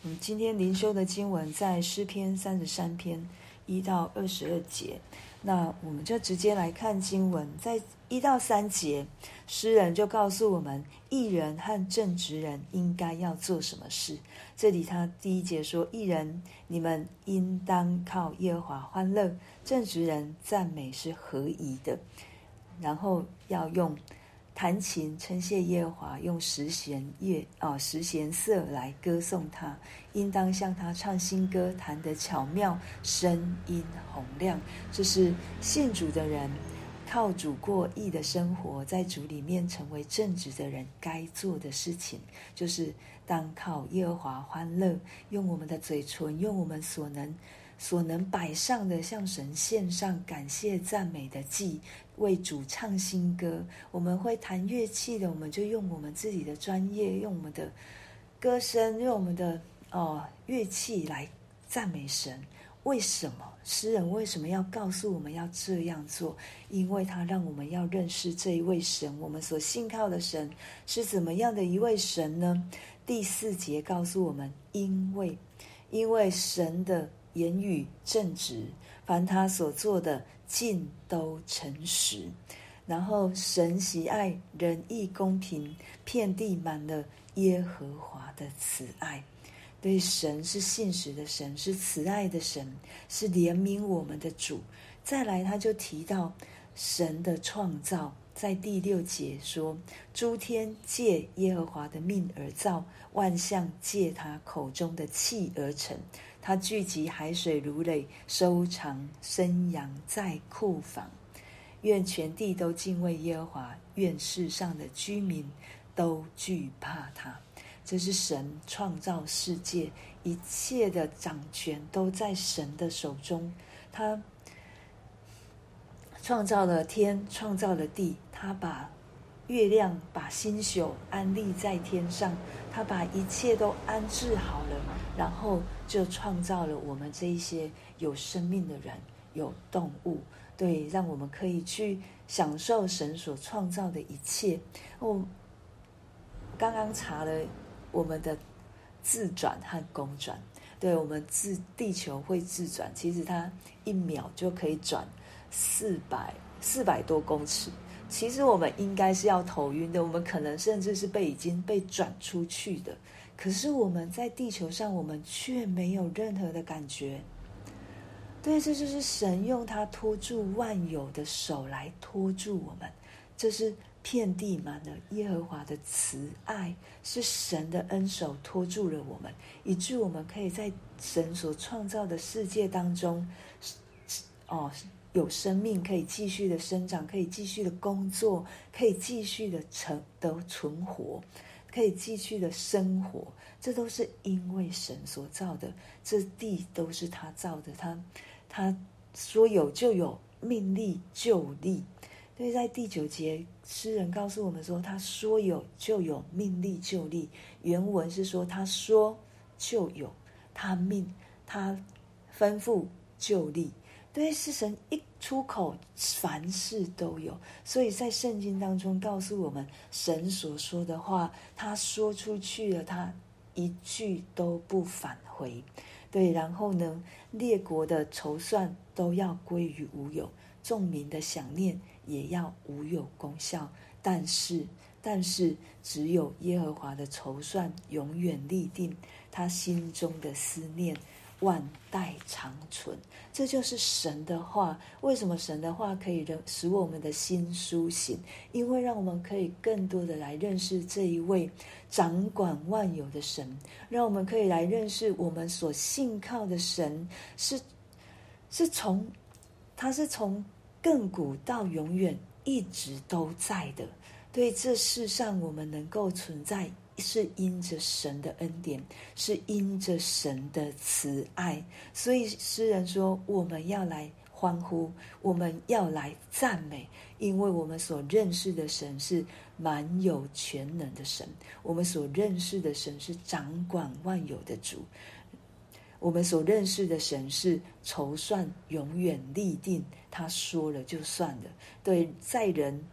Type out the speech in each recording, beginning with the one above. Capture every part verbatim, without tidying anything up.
嗯，今天灵修的经文在诗篇三十三篇一到二十二节。那我们就直接来看经文，在一到三节，诗人就告诉我们，义人和正直人应该要做什么事。这里他第一节说，义人，你们应当靠耶和华欢乐，正直人赞美是合宜的。然后要用弹琴称谢耶和华，用十弦乐啊十弦瑟来歌颂他，应当向他唱新歌，弹得巧妙，声音洪亮。这是信主的人靠主过义的生活，在主里面成为正直的人该做的事情，就是当靠耶和华欢乐，用我们的嘴唇，用我们所能所能摆上的，向神献上感谢赞美的祭，为主唱新歌。我们会弹乐器的，我们就用我们自己的专业，用我们的歌声，用我们的哦乐器来赞美神。为什么诗人为什么要告诉我们要这样做？因为他让我们要认识这一位神，我们所信靠的神是怎么样的一位神呢？第四节告诉我们，因为因为神的言语正直，凡他所做的尽都诚实。然后神喜爱仁义公平，遍地满了耶和华的慈爱。对，神是信实的神，是慈爱的神，是怜悯我们的主。再来他就提到神的创造，在第六节说，诸天借耶和华的命而造，万象借他口中的气而成。他聚集海水如垒，收藏生羊在库房。愿全地都敬畏耶和华，愿世上的居民都惧怕他。这是神创造世界，一切的掌权都在神的手中。他创造了天，创造了地，他把月亮把星宿安立在天上，他把一切都安置好了，然后就创造了我们这一些有生命的人，有动物，对，让我们可以去享受神所创造的一切。我刚刚查了我们的自转和公转，对，我们自地球会自转，其实它一秒就可以转四百四百多公尺。其实我们应该是要头晕的，我们可能甚至是被已经被转出去的。可是我们在地球上，我们却没有任何的感觉。对，这就是神用他托住万有的手来托住我们，这是遍地满了耶和华的慈爱，是神的恩手托住了我们，以致我们可以在神所创造的世界当中，哦，有生命，可以继续的生长，可以继续的工作，可以继续的成的存活，可以继续的生活。这都是因为神所造的，这地都是他造的，他他说有就有，命立就立。所以在第九节，诗人告诉我们说，他说有就有，命立就立。原文是说，他说就有，他命他吩咐就立。对，是神一出口，凡事都有。所以在圣经当中告诉我们，神所说的话，他说出去了，他一句都不返回。对，然后呢，列国的筹算都要归于无有，众民的想念也要无有功效。但是但是只有耶和华的筹算永远立定，他心中的思念万代长存。这就是神的话。为什么神的话可以使我们的心苏醒？因为让我们可以更多的来认识这一位掌管万有的神，让我们可以来认识我们所信靠的神是是从他是从亘古到永远一直都在的。对，这世上我们能够存在，是因着神的恩典，是因着神的慈爱。所以诗人说，我们要来欢呼，我们要来赞美，因为我们所认识的神是满有全能的神，我们所认识的神是掌管万有的主，我们所认识的神是筹算永远立定，他说了就算了。对，在人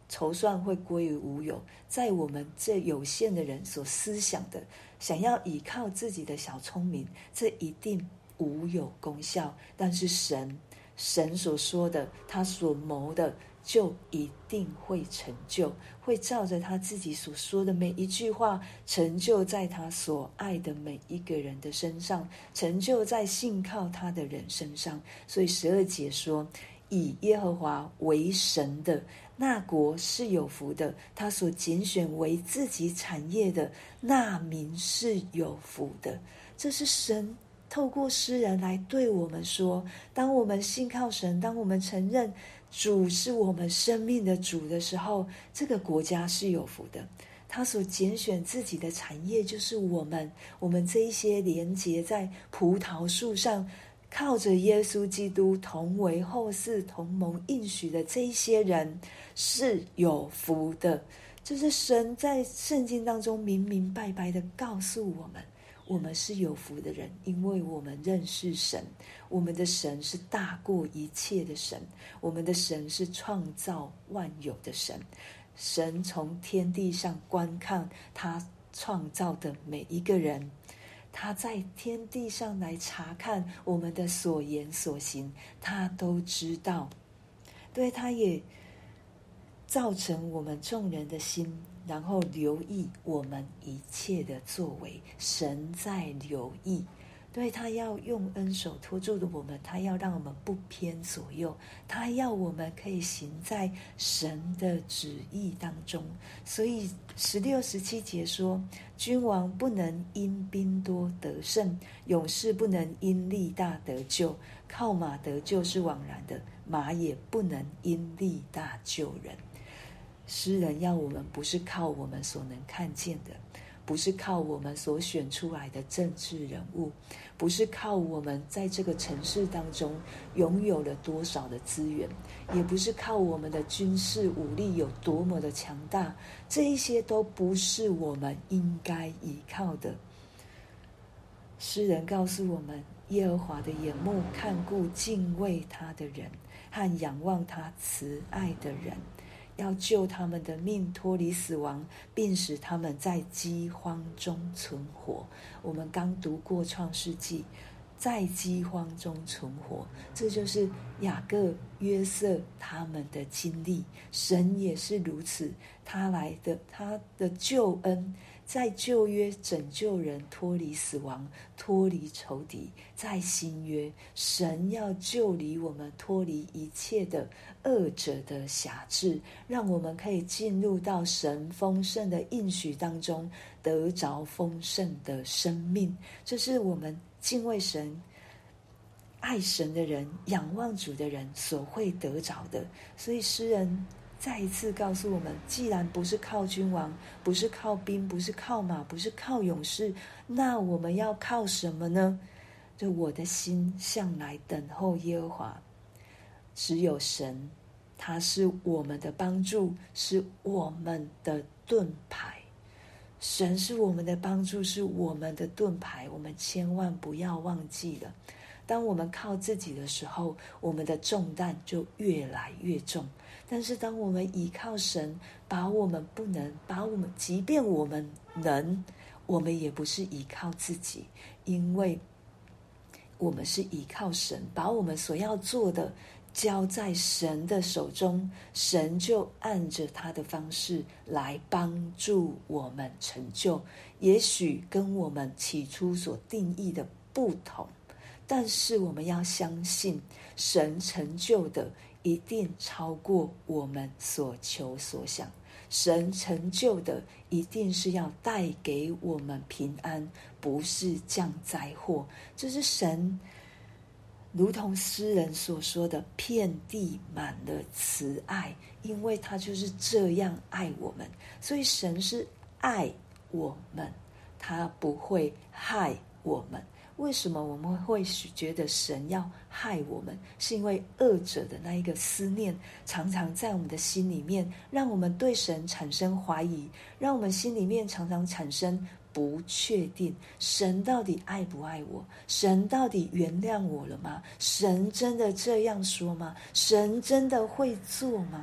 筹算会归于无有。在我们这有限的人所思想的，想要依靠自己的小聪明，这一定无有功效。但是神神所说的，他所谋的，就一定会成就，会照着他自己所说的每一句话，成就在他所爱的每一个人的身上，成就在信靠他的人身上。所以十二节说，以耶和华为神的那国是有福的，他所拣选为自己产业的那民是有福的。这是神透过诗人来对我们说，当我们信靠神，当我们承认主是我们生命的主的时候，这个国家是有福的。他所拣选自己的产业，就是我们我们这一些连结在葡萄树上，靠着耶稣基督同为后嗣同蒙应许的这一些人是有福的。这是神在圣经当中明明白白的告诉我们，我们是有福的人，因为我们认识神。我们的神是大过一切的神，我们的神是创造万有的神。神从天地上观看他创造的每一个人，他在天地上来查看我们的所言所行，他都知道。对，他也造成我们众人的心，然后留意我们一切的作为。神在留意，对，他要用恩手托住的我们，他要让我们不偏左右，他要我们可以行在神的旨意当中。所以十六十七节说，君王不能因兵多得胜，勇士不能因力大得救，靠马得救是枉然的，马也不能因力大救人。诗人要我们不是靠我们所能看见的，不是靠我们所选出来的政治人物，不是靠我们在这个城市当中拥有了多少的资源，也不是靠我们的军事武力有多么的强大，这一些都不是我们应该依靠的。诗人告诉我们，耶和华的眼目看顾敬畏他的人和仰望他慈爱的人，要救他们的命脱离死亡，并使他们在饥荒中存活。我们刚读过创世纪，在饥荒中存活，这就是雅各、约瑟他们的经历。神也是如此，他来的他的救恩，在旧约拯救人脱离死亡，脱离仇敌；在新约，神要救离我们脱离一切的恶者的辖制，让我们可以进入到神丰盛的应许当中，得着丰盛的生命。这是我们敬畏神、爱神的人、仰望主的人所会得着的。所以诗人再一次告诉我们，既然不是靠君王，不是靠兵，不是靠马，不是靠勇士，那我们要靠什么呢？就我的心向来等候耶和华，只有神，他是我们的帮助，是我们的盾牌。神是我们的帮助，是我们的盾牌，我们千万不要忘记了。当我们靠自己的时候，我们的重担就越来越重。但是当我们依靠神，把我们不能，把我们，即便我们能，我们也不是依靠自己，因为我们是依靠神，把我们所要做的交在神的手中，神就按着他的方式来帮助我们成就。也许跟我们起初所定义的不同，但是我们要相信神成就的一定超过我们所求所想，神成就的一定是要带给我们平安，不是降灾祸。这是神如同诗人所说的，遍地满了慈爱，因为他就是这样爱我们。所以神是爱我们，他不会害我们。为什么我们会觉得神要害我们？是因为恶者的那一个思念常常在我们的心里面，让我们对神产生怀疑，让我们心里面常常产生不确定，神到底爱不爱我？神到底原谅我了吗？神真的这样说吗？神真的会做吗？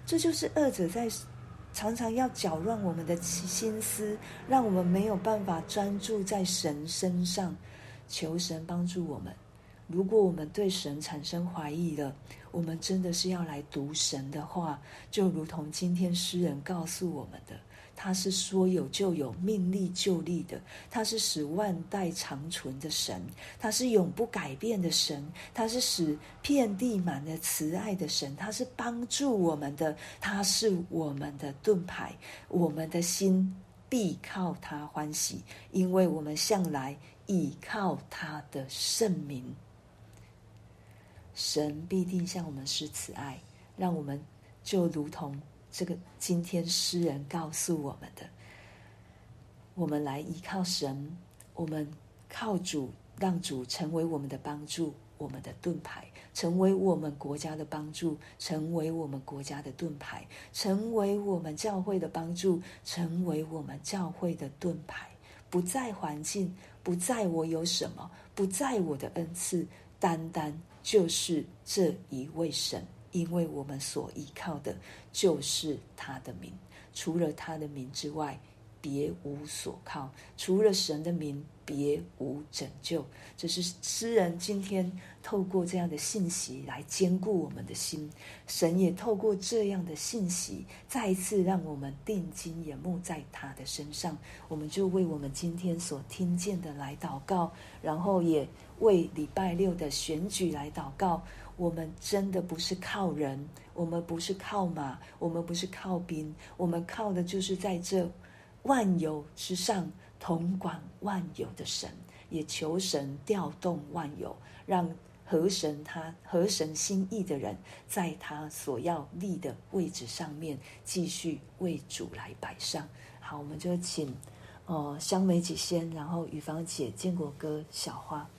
这就是恶者在常常要搅乱我们的心思，让我们没有办法专注在神身上。求神帮助我们。如果我们对神产生怀疑了，我们真的是要来读神的话，就如同今天诗人告诉我们的，他是说有就有，命立就立的，他是使万代长存的神，他是永不改变的神，他是使遍地满了慈爱的神，他是帮助我们的，他是我们的盾牌，我们的心必靠他欢喜，因为我们向来倚靠他的圣名。神必定向我们施慈爱，让我们就如同这个今天诗人告诉我们的，我们来依靠神，我们靠主，让主成为我们的帮助，我们的盾牌，成为我们国家的帮助，成为我们国家的盾牌，成为我们教会的帮助，成为我们教会的盾牌。不在环境，不在我有什么，不在我的恩赐，单单就是这一位神，因为我们所依靠的就是他的名，除了他的名之外，别无所靠，除了神的名，别无拯救。这是诗人今天透过这样的信息来坚固我们的心，神也透过这样的信息再一次让我们定睛眼目在他的身上。我们就为我们今天所听见的来祷告，然后也为礼拜六的选举来祷告。我们真的不是靠人，我们不是靠马，我们不是靠兵，我们靠的就是在这万有之上统管万有的神，也求神调动万有，让合神他合神心意的人在他所要立的位置上面继续为主来摆上。好，我们就请呃香梅姐先，然后雨芳姐、建国哥、小花。